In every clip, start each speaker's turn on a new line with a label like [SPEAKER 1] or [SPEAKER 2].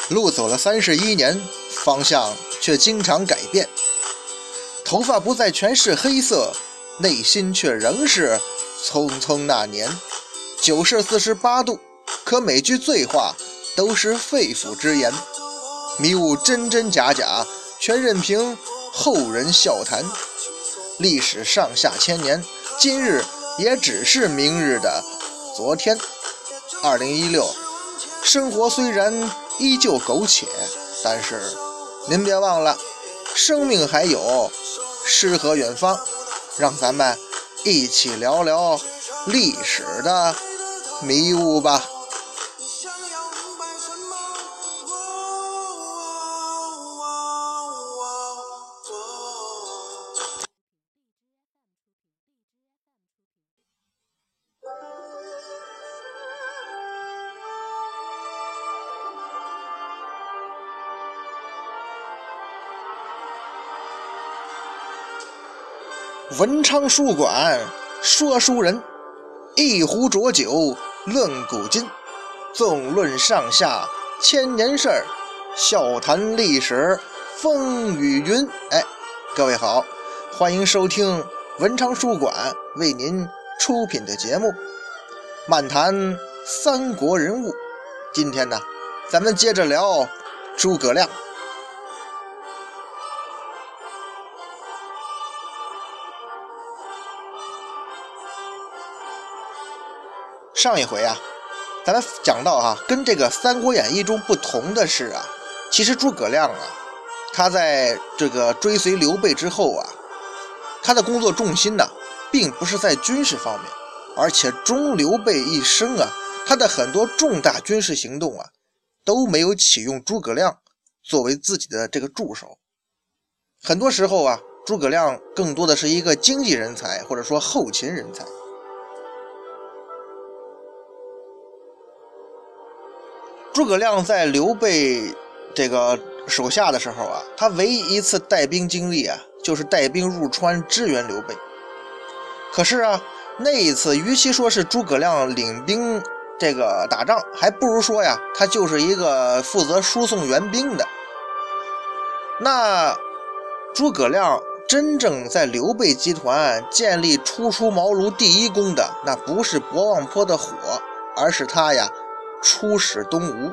[SPEAKER 1] 路走了31年，方向却经常改变。头发不再全是黑色，内心却仍是匆匆那年。9摄48度，可每句醉话都是肺腑之言。迷雾真真假假，全任凭后人笑谈。历史上下千年，今日也只是明日的昨天。2016，生活虽然依旧苟且，但是您别忘了，生命还有诗和远方。让咱们一起聊聊历史的迷雾吧。文昌书馆说书人，一壶浊酒论古今，纵论上下千年事儿，笑谈历史风雨云。各位好，欢迎收听文昌书馆为您出品的节目漫谈三国人物。今天呢，咱们接着聊诸葛亮。上一回啊，咱们讲到跟这个《三国演义》中不同的是其实诸葛亮他在这个追随刘备之后他的工作重心并不是在军事方面，而且终刘备一生他的很多重大军事行动都没有启用诸葛亮作为自己的这个助手。很多时候诸葛亮更多的是一个经济人才，或者说后勤人才。诸葛亮在刘备这个手下的时候他唯一一次带兵经历就是带兵入川支援刘备。可是那一次与其说是诸葛亮领兵这个打仗，还不如说他就是一个负责输送援兵的。那诸葛亮真正在刘备集团建立初出茅庐第一功的，那不是博望坡的火，而是他出使东吴。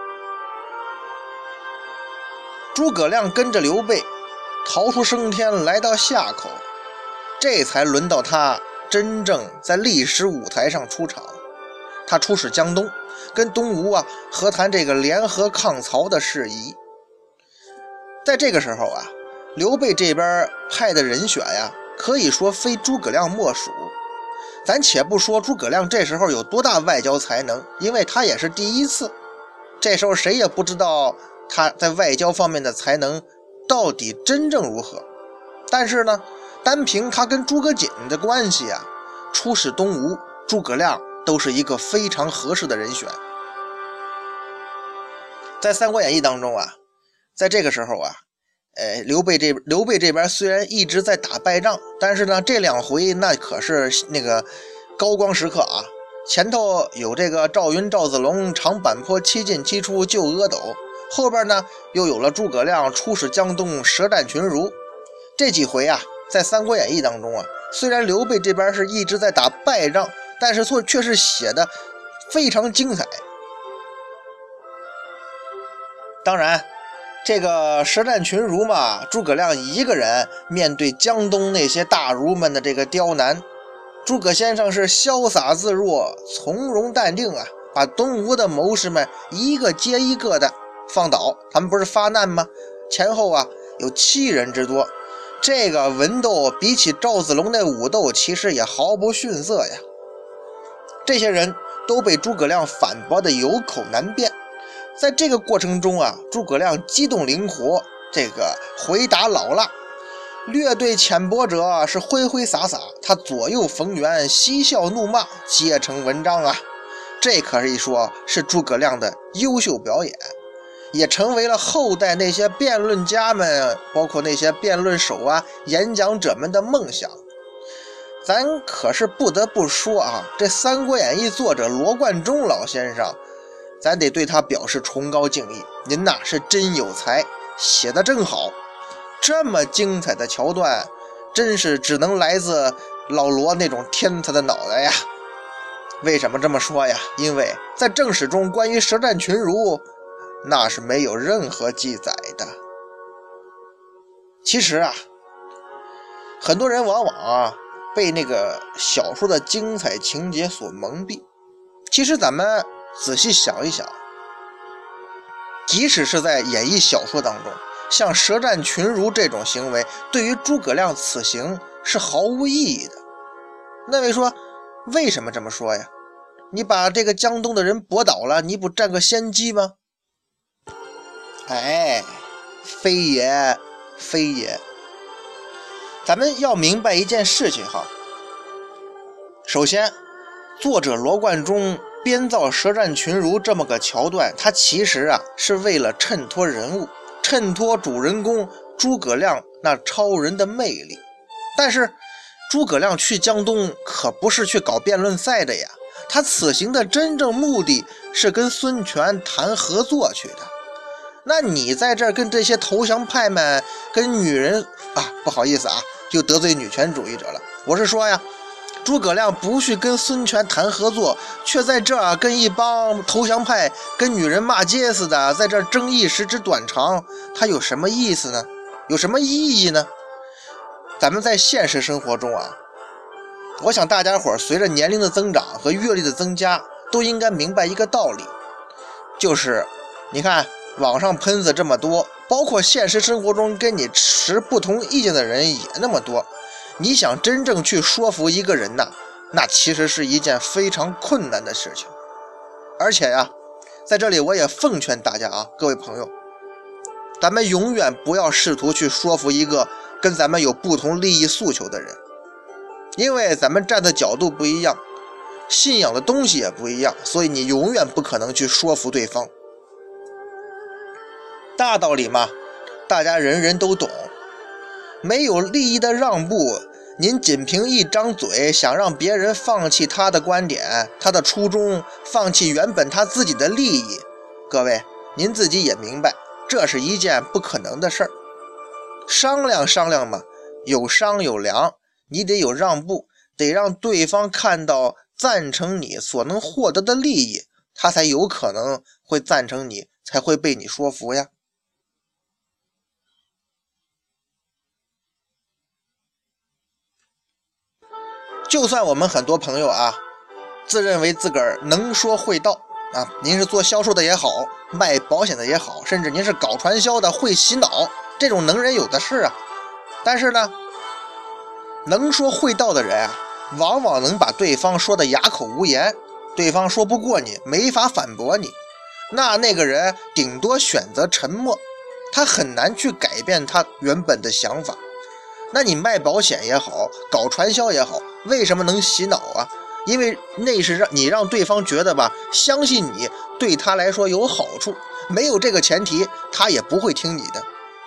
[SPEAKER 1] 诸葛亮跟着刘备逃出升天，来到夏口，这才轮到他真正在历史舞台上出场。他出使江东，跟东吴和谈这个联合抗曹的事宜。在这个时候刘备这边派的人选可以说非诸葛亮莫属。咱且不说诸葛亮这时候有多大外交才能，因为他也是第一次，这时候谁也不知道他在外交方面的才能到底真正如何。但是呢，单凭他跟诸葛瑾的关系出使东吴，诸葛亮都是一个非常合适的人选。在《三国演义》当中在这个时候刘备这边虽然一直在打败仗，但是呢这2回那可是那个高光时刻前头有这个赵云赵子龙长坂坡7进7出救阿斗，后边呢又有了诸葛亮出使江东舌战群儒。这几回在《三国演义》当中虽然刘备这边是一直在打败仗，但是却是写的非常精彩。当然这个舌战群儒诸葛亮一个人面对江东那些大儒们的这个刁难，诸葛先生是潇洒自若，从容淡定把东吴的谋士们一个接一个的放倒。他们不是发难吗？前后有7人之多。这个文斗比起赵子龙那武斗其实也毫不逊色呀。这些人都被诸葛亮反驳的有口难辩。在这个过程中诸葛亮机动灵活，这个回答老辣，略对浅薄者是挥挥洒洒，他左右逢源，嬉笑怒骂，皆成文章这可以说是诸葛亮的优秀表演，也成为了后代那些辩论家们，包括那些辩论手演讲者们的梦想。咱可是不得不说这《三国演义》作者罗贯中老先生咱得对他表示崇高敬意。您呐是真有才，写得真好，这么精彩的桥段，真是只能来自老罗那种天才的脑袋呀。为什么这么说呀？因为在正史中关于舌战群儒，那是没有任何记载的。其实啊，很多人往往被那个小说的精彩情节所蒙蔽。其实咱们仔细想一想，即使是在演绎小说当中，像舌战群儒这种行为，对于诸葛亮此行是毫无意义的。那位说，为什么这么说呀？你把这个江东的人驳倒了，你不占个先机吗？哎，非也，非也。咱们要明白一件事情哈。首先，作者罗贯中编造舌战群儒这么个桥段，他其实是为了衬托人物，衬托主人公诸葛亮那超人的魅力。但是诸葛亮去江东可不是去搞辩论赛的呀，他此行的真正目的是跟孙权谈合作去的。那你在这儿跟这些投降派们跟女人不好意思就得罪女权主义者了。我是说呀，诸葛亮不去跟孙权谈合作，却在这儿跟一帮投降派跟女人骂街似的，在这儿争一时之短长，他有什么意思呢？有什么意义呢？咱们在现实生活中我想大家伙随着年龄的增长和阅历的增加，都应该明白一个道理，就是你看网上喷子这么多，包括现实生活中跟你持不同意见的人也那么多，你想真正去说服一个人那其实是一件非常困难的事情。而且在这里我也奉劝大家各位朋友，咱们永远不要试图去说服一个跟咱们有不同利益诉求的人，因为咱们站的角度不一样，信仰的东西也不一样，所以你永远不可能去说服对方。大道理嘛，大家人人都懂，没有利益的让步，您仅凭一张嘴想让别人放弃他的观点，他的初衷，放弃原本他自己的利益，各位您自己也明白，这是一件不可能的事儿。商量商量嘛，有商有量，你得有让步，得让对方看到赞成你所能获得的利益，他才有可能会赞成你，才会被你说服呀。就算我们很多朋友自认为自个儿能说会道您是做销售的也好，卖保险的也好，甚至您是搞传销的，会洗脑，这种能人有的是但是呢，能说会道的人往往能把对方说的哑口无言，对方说不过你，没法反驳你，那个人顶多选择沉默，他很难去改变他原本的想法。那你卖保险也好，搞传销也好，为什么能洗脑因为那是你让对方觉得相信你对他来说有好处，没有这个前提，他也不会听你的。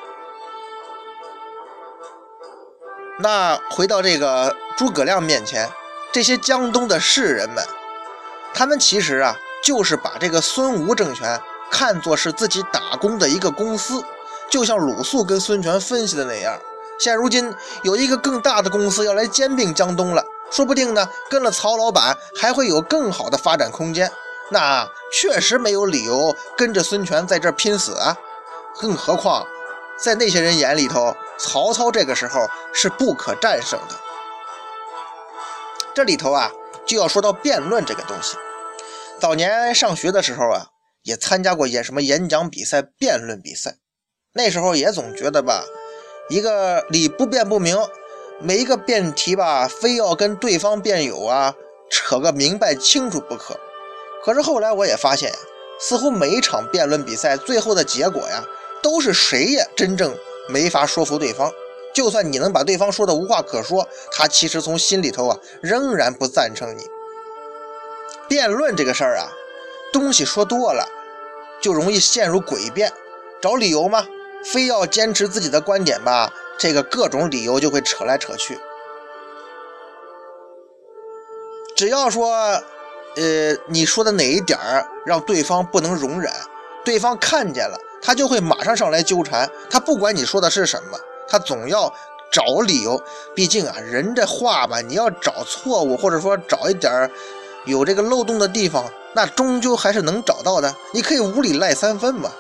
[SPEAKER 1] 那回到这个诸葛亮面前，这些江东的士人们，他们其实就是把这个孙吴政权看作是自己打工的一个公司，就像鲁肃跟孙权分析的那样，现如今有一个更大的公司要来兼并江东了，说不定呢跟了曹老板还会有更好的发展空间，那确实没有理由跟着孙权在这拼死更何况在那些人眼里头，曹操这个时候是不可战胜的。这里头就要说到辩论这个东西。早年上学的时候也参加过什么演讲比赛、辩论比赛，那时候也总觉得一个理不辩不明，每一个辩题非要跟对方辩友扯个明白清楚不可。可是后来我也发现似乎每一场辩论比赛最后的结果都是谁也真正没法说服对方，就算你能把对方说的无话可说，他其实从心里头仍然不赞成你。辩论这个事儿东西说多了就容易陷入诡辩，找理由嘛，非要坚持自己的观点这个各种理由就会扯来扯去。只要说你说的哪一点让对方不能容忍，对方看见了，他就会马上上来纠缠，他不管你说的是什么，他总要找理由。毕竟啊，人这话吧，你要找错误，或者说找一点有这个漏洞的地方，那终究还是能找到的，你可以无理赖三分嘛。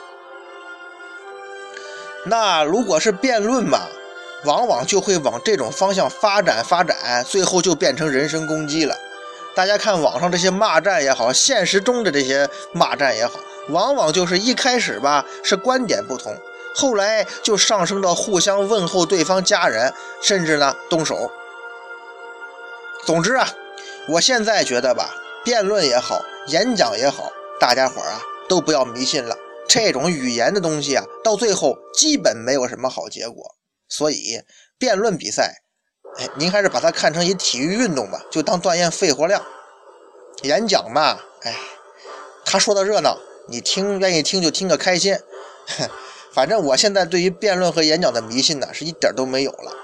[SPEAKER 1] 那如果是辩论嘛，往往就会往这种方向发展，最后就变成人身攻击了。大家看网上这些骂战也好，现实中的这些骂战也好，往往就是一开始吧是观点不同，后来就上升到互相问候对方家人，甚至呢动手。总之啊，我现在觉得吧，辩论也好，演讲也好，大家伙啊都不要迷信了。这种语言的东西啊，到最后基本没有什么好结果。所以辩论比赛，您还是把它看成一体育运动吧，就当锻炼肺活量。演讲嘛，他说的热闹，你听愿意听就听个开心。反正我现在对于辩论和演讲的迷信呢，是一点都没有了。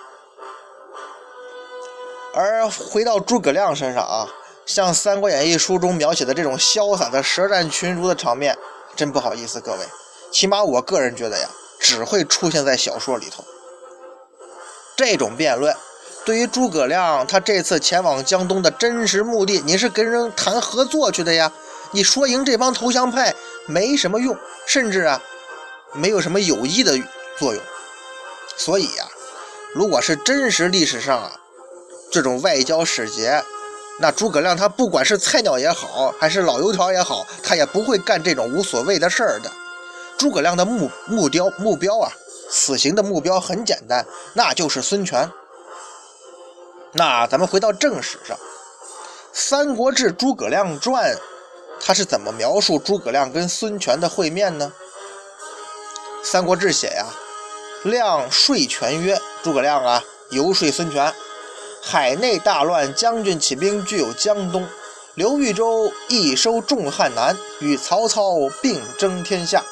[SPEAKER 1] 而回到诸葛亮身上啊，像《三国演义》书中描写的这种潇洒的舌战群儒的场面，真不好意思各位，起码我个人觉得呀，只会出现在小说里头。这种辩论对于诸葛亮他这次前往江东的真实目的，你是跟人谈合作去的呀，你说赢这帮投降派没什么用，甚至啊没有什么有益的作用。所以啊，如果是真实历史上啊这种外交使节，那诸葛亮他不管是菜鸟也好，还是老油条也好，他也不会干这种无所谓的事儿的。诸葛亮的目标啊，此行的目标很简单，那就是孙权。那咱们回到正史上，《三国志·诸葛亮传》他是怎么描述诸葛亮跟孙权的会面呢？《三国志》写呀，亮说权曰，诸葛亮啊游说孙权，海内大乱，将军起兵具有江东，刘豫州亦收众汉南，与曹操并争天下。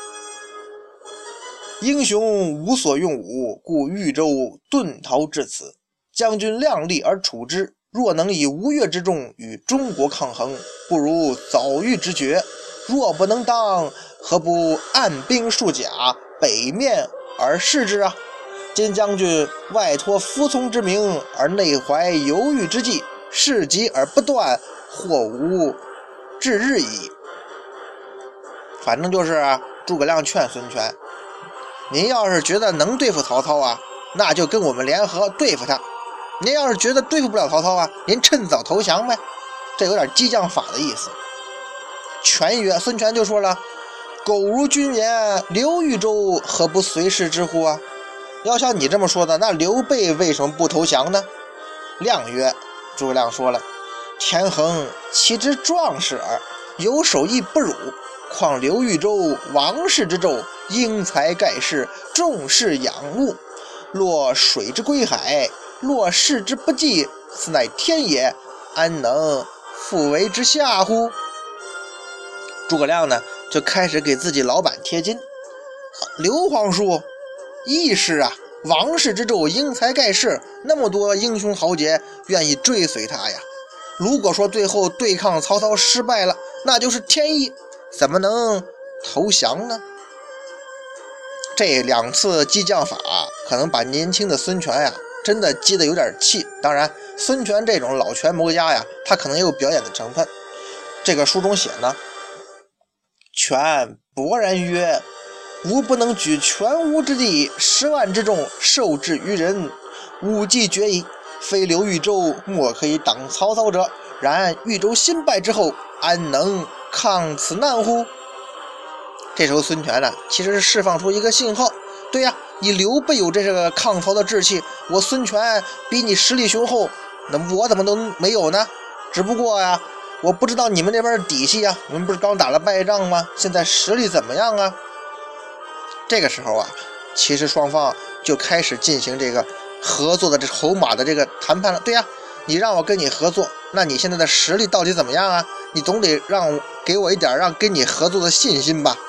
[SPEAKER 1] 英雄无所用武，故豫州遁逃至此。将军量力而处之，若能以吴越之众与中国抗衡，不如早预之决。若不能当，何不按兵束甲，北面而视之啊？今将军外托服从之名，而内怀犹豫之计，事急而不断，或无至日矣。反正就是诸葛亮劝孙权，您要是觉得能对付曹操啊，那就跟我们联合对付他；您要是觉得对付不了曹操啊，您趁早投降呗。这有点激将法的意思。权曰，孙权就说了，苟如君言，刘豫州何不随侍之乎啊？要像你这么说的，那刘备为什么不投降呢？亮曰，诸葛亮说了，田横其之壮士耳，有守亦不辱，况刘豫州王室之胄，英才盖世，重视仰慕，若水之归海，若视之不济，此乃天也，安能复为之下乎？诸葛亮呢就开始给自己老板贴金。刘皇叔义士啊，王室之胄，英才盖世，那么多英雄豪杰愿意追随他呀。如果说最后对抗曹操失败了，那就是天意，怎么能投降呢？这两次激将法可能把年轻的孙权呀真的激得有点气。当然孙权这种老权谋家呀，他可能也有表演的成分。这个书中写呢，权勃然曰，吾不能举全吴之地10万之众，受制于人，吾既决矣。非刘豫州莫可以挡曹操者，然豫州新败之后，安能抗此难乎？这时候孙权呢，其实是释放出一个信号，对呀，你刘备有这个抗曹的志气，我孙权比你实力雄厚，那我怎么能没有呢？只不过呀，我不知道你们这边的底细啊，你们不是刚打了败仗吗？现在实力怎么样啊？这个时候啊，其实双方就开始进行这个合作的这筹码的这个谈判了。对呀，你让我跟你合作，那你现在的实力到底怎么样啊？你总得给我一点让跟你合作的信心吧。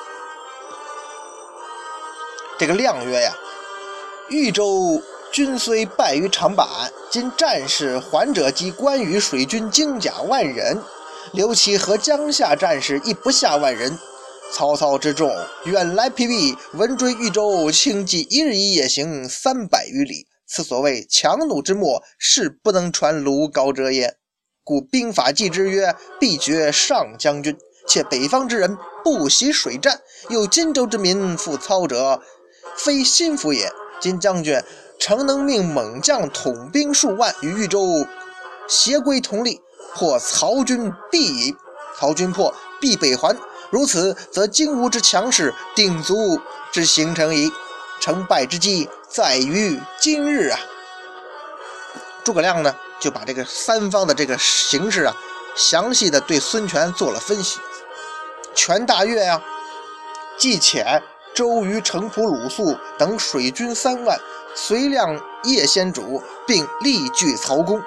[SPEAKER 1] 这个亮曰呀，豫州军虽败于长坂，今战事还者及关羽水军精甲万人， 刘琦和江夏战士亦不下万人。曹操之众远来疲弊，闻追豫州，轻骑一日一夜行300余里。此所谓强弩之末，是不能传鲁高者也。故兵法记之曰：必决上将军。且北方之人不习水战，有荆州之民负操者，非心腹也。今将军诚能命猛将统兵数万与豫州协归同力，或曹军必矣。曹军破，必北还。如此，则荆吴之强势定足之形成矣。成败之机在于今日啊！诸葛亮呢，就把这个三方的这个形势啊，详细的对孙权做了分析。权大悦啊，既遣周瑜、程普、鲁肃等水军3万，随亮叶先主，并力拒曹公。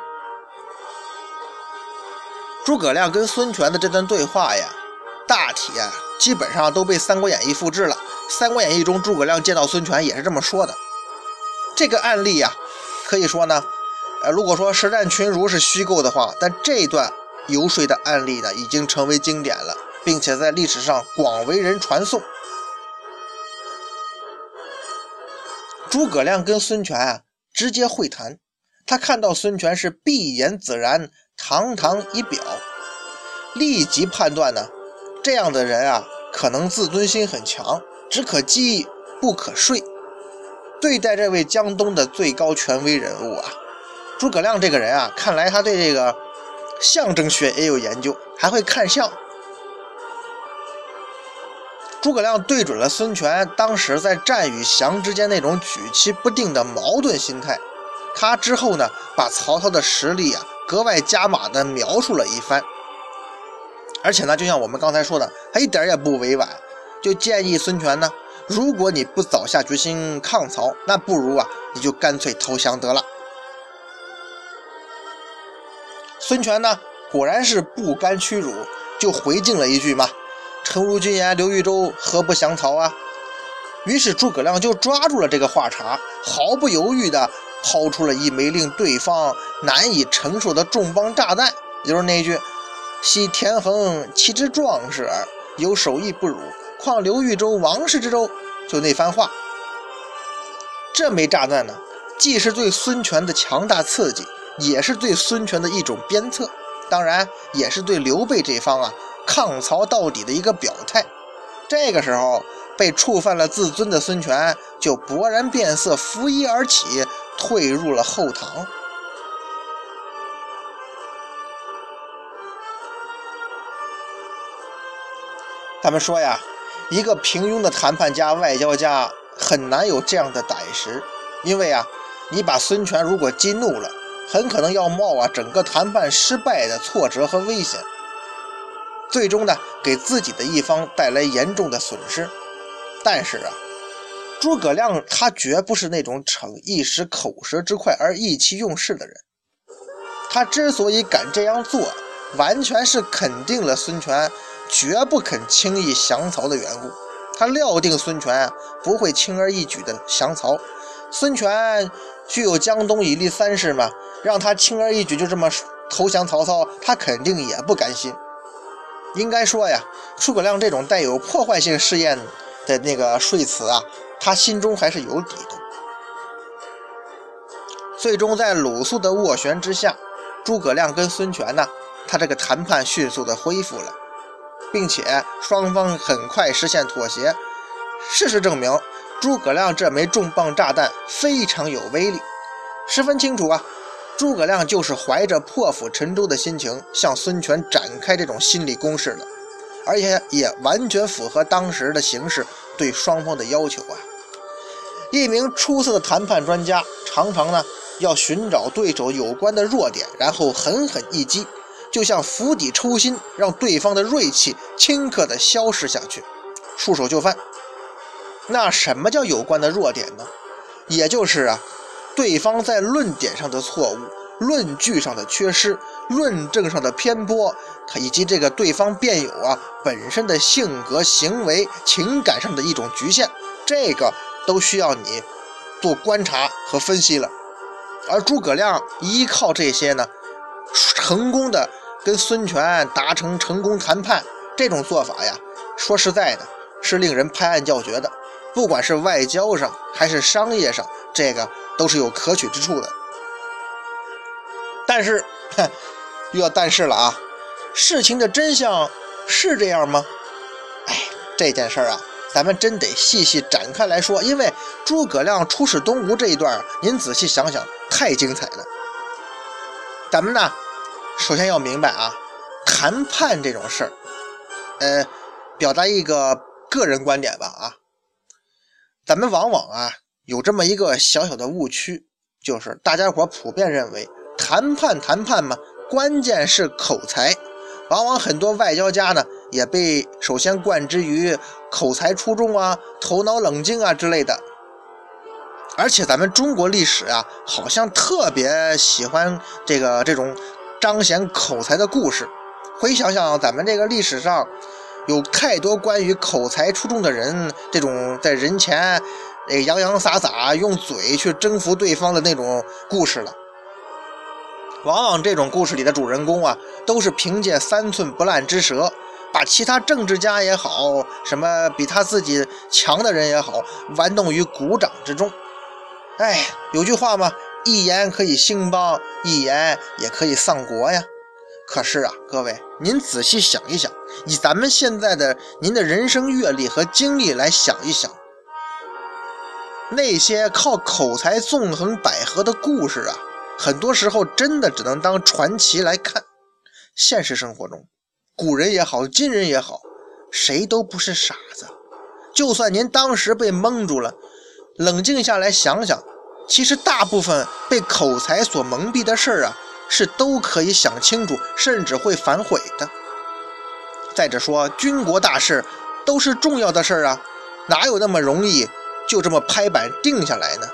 [SPEAKER 1] 诸葛亮跟孙权的这段对话呀，大体啊，基本上都被《三国演义》复制了。《三国演义》中，诸葛亮见到孙权也是这么说的。这个案例呀，可以说呢，如果说实战群儒是虚构的话，但这段游说的案例呢，已经成为经典了，并且在历史上广为人传颂。诸葛亮跟孙权啊直接会谈，他看到孙权是闭眼自然，堂堂仪表，立即判断呢，这样的人啊，可能自尊心很强，只可击不可睡。对待这位江东的最高权威人物啊，诸葛亮这个人啊，看来他对这个象征学也有研究，还会看相。诸葛亮对准了孙权当时在战与降之间那种举棋不定的矛盾心态，他之后呢，把曹操的实力啊格外加码的描述了一番。而且呢，就像我们刚才说的，他一点也不委婉，就建议孙权呢，如果你不早下决心抗曹，那不如啊，你就干脆投降得了。孙权呢，果然是不甘屈辱，就回敬了一句嘛，诚如君言，刘豫州何不降曹啊？于是诸葛亮就抓住了这个话茬，毫不犹豫地抛出了一枚令对方难以承受的重磅炸弹，也就是那句昔田横其之壮士耳，有守义不辱，况刘豫州王室之州，就那番话。这枚炸弹呢，既是对孙权的强大刺激，也是对孙权的一种鞭策，当然也是对刘备这方啊抗曹到底的一个表态。这个时候被触犯了自尊的孙权就勃然变色，拂衣而起，退入了后堂。他们说呀，一个平庸的谈判家、外交家很难有这样的胆识，因为啊，你把孙权如果激怒了，很可能要冒啊整个谈判失败的挫折和危险，最终呢给自己的一方带来严重的损失。但是啊，诸葛亮他绝不是那种逞一时口舌之快而意气用事的人，他之所以敢这样做，完全是肯定了孙权绝不肯轻易降曹的缘故。他料定孙权不会轻而易举的降曹，孙权具有江东以立三世嘛，让他轻而易举就这么投降曹操，他肯定也不甘心。应该说呀，诸葛亮这种带有破坏性试验的那个说辞啊，他心中还是有底的。最终在鲁肃的斡旋之下，诸葛亮跟孙权呢，他这个谈判迅速的恢复了，并且双方很快实现妥协。事实证明，诸葛亮这枚重磅炸弹非常有威力，十分清楚啊，诸葛亮就是怀着破釜沉舟的心情向孙权展开这种心理攻势的，而且也完全符合当时的形势对双方的要求啊。一名出色的谈判专家常常呢要寻找对手有关的弱点，然后狠狠一击，就像釜底抽薪，让对方的锐气顷刻的消失下去，束手就犯。那什么叫有关的弱点呢？也就是啊，对方在论点上的错误、论据上的缺失、论证上的偏颇，以及这个对方辩友啊本身的性格、行为、情感上的一种局限，这个都需要你做观察和分析了。而诸葛亮依靠这些呢，成功的跟孙权达成成功谈判，这种做法呀，说实在的是令人拍案叫绝的。不管是外交上还是商业上，这个都是有可取之处的。但是又要但是了啊，事情的真相是这样吗？这件事啊，咱们真得细细展开来说，因为诸葛亮出使东吴这一段，您仔细想想，太精彩了。咱们呢，首先要明白啊，谈判这种事儿，表达一个个人观点吧啊，咱们往往啊有这么一个小小的误区，就是大家伙普遍认为谈判嘛，关键是口才。往往很多外交家呢，也被首先冠之于口才出众啊、头脑冷静啊之类的。而且咱们中国历史啊，好像特别喜欢这种彰显口才的故事。回想想咱们这个历史上，有太多关于口才出众的人，这种在人前洋洋洒洒用嘴去征服对方的那种故事了。往往这种故事里的主人公啊，都是凭借3寸不烂之舌，把其他政治家也好，什么比他自己强的人也好，玩弄于股掌之中。有句话嘛，一言可以兴邦，一言也可以丧国呀。可是啊，各位，您仔细想一想，以咱们现在的您的人生阅历和经历来想一想，那些靠口才纵横捭阖的故事啊，很多时候真的只能当传奇来看。现实生活中，古人也好，今人也好，谁都不是傻子。就算您当时被蒙住了，冷静下来想想，其实大部分被口才所蒙蔽的事儿啊，是都可以想清楚，甚至会反悔的。再者说，军国大事都是重要的事儿啊，哪有那么容易就这么拍板定下来呢？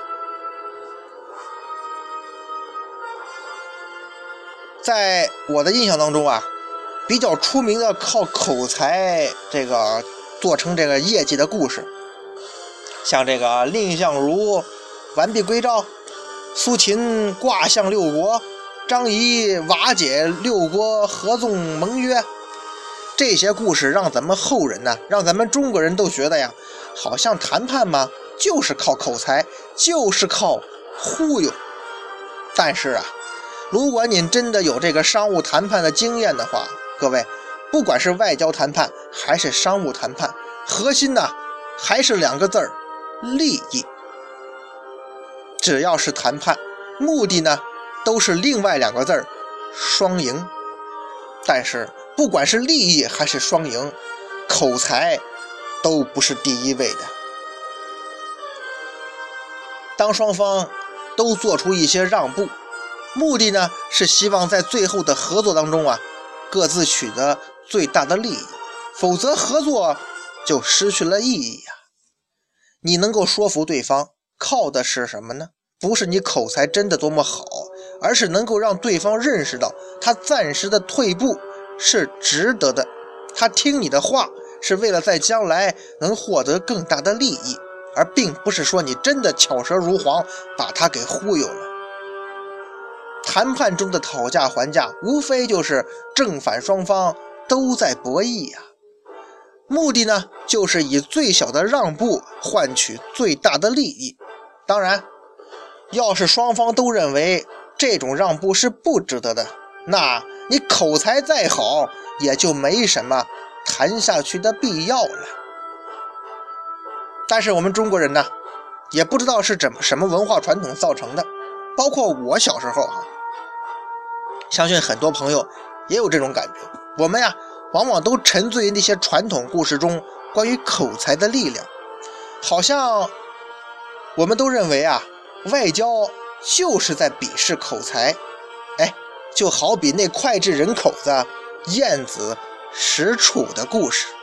[SPEAKER 1] 在我的印象当中啊，比较出名的靠口才做成这个业绩的故事，像这个蔺相如完璧归赵，苏秦卦象六国，张仪瓦解六国合纵盟约，这些故事让咱们后人呢，让咱们中国人都觉得呀，好像谈判嘛，就是靠口才，就是靠忽悠。但是啊，如果您真的有这个商务谈判的经验的话，各位，不管是外交谈判还是商务谈判，核心呢还是2个字儿：利益。只要是谈判，目的呢都是另外2个字儿：双赢。但是不管是利益还是双赢，口才都不是第一位的。当双方都做出一些让步，目的呢是希望在最后的合作当中啊，各自取得最大的利益，否则合作就失去了意义呀。你能够说服对方，靠的是什么呢？不是你口才真的多么好，而是能够让对方认识到他暂时的退步是值得的，他听你的话是为了在将来能获得更大的利益，而并不是说你真的巧舌如簧把他给忽悠了。谈判中的讨价还价，无非就是正反双方都在博弈呀，目的呢就是以最小的让步换取最大的利益。当然，要是双方都认为这种让步是不值得的，那你口才再好也就没什么谈下去的必要了。但是我们中国人呢，也不知道是什么文化传统造成的，包括我小时候相信很多朋友也有这种感觉，我们呀往往都沉醉于那些传统故事中关于口才的力量，好像我们都认为啊，外交就是在鄙视口才。就好比那脍炙人口的晏子使楚的故事。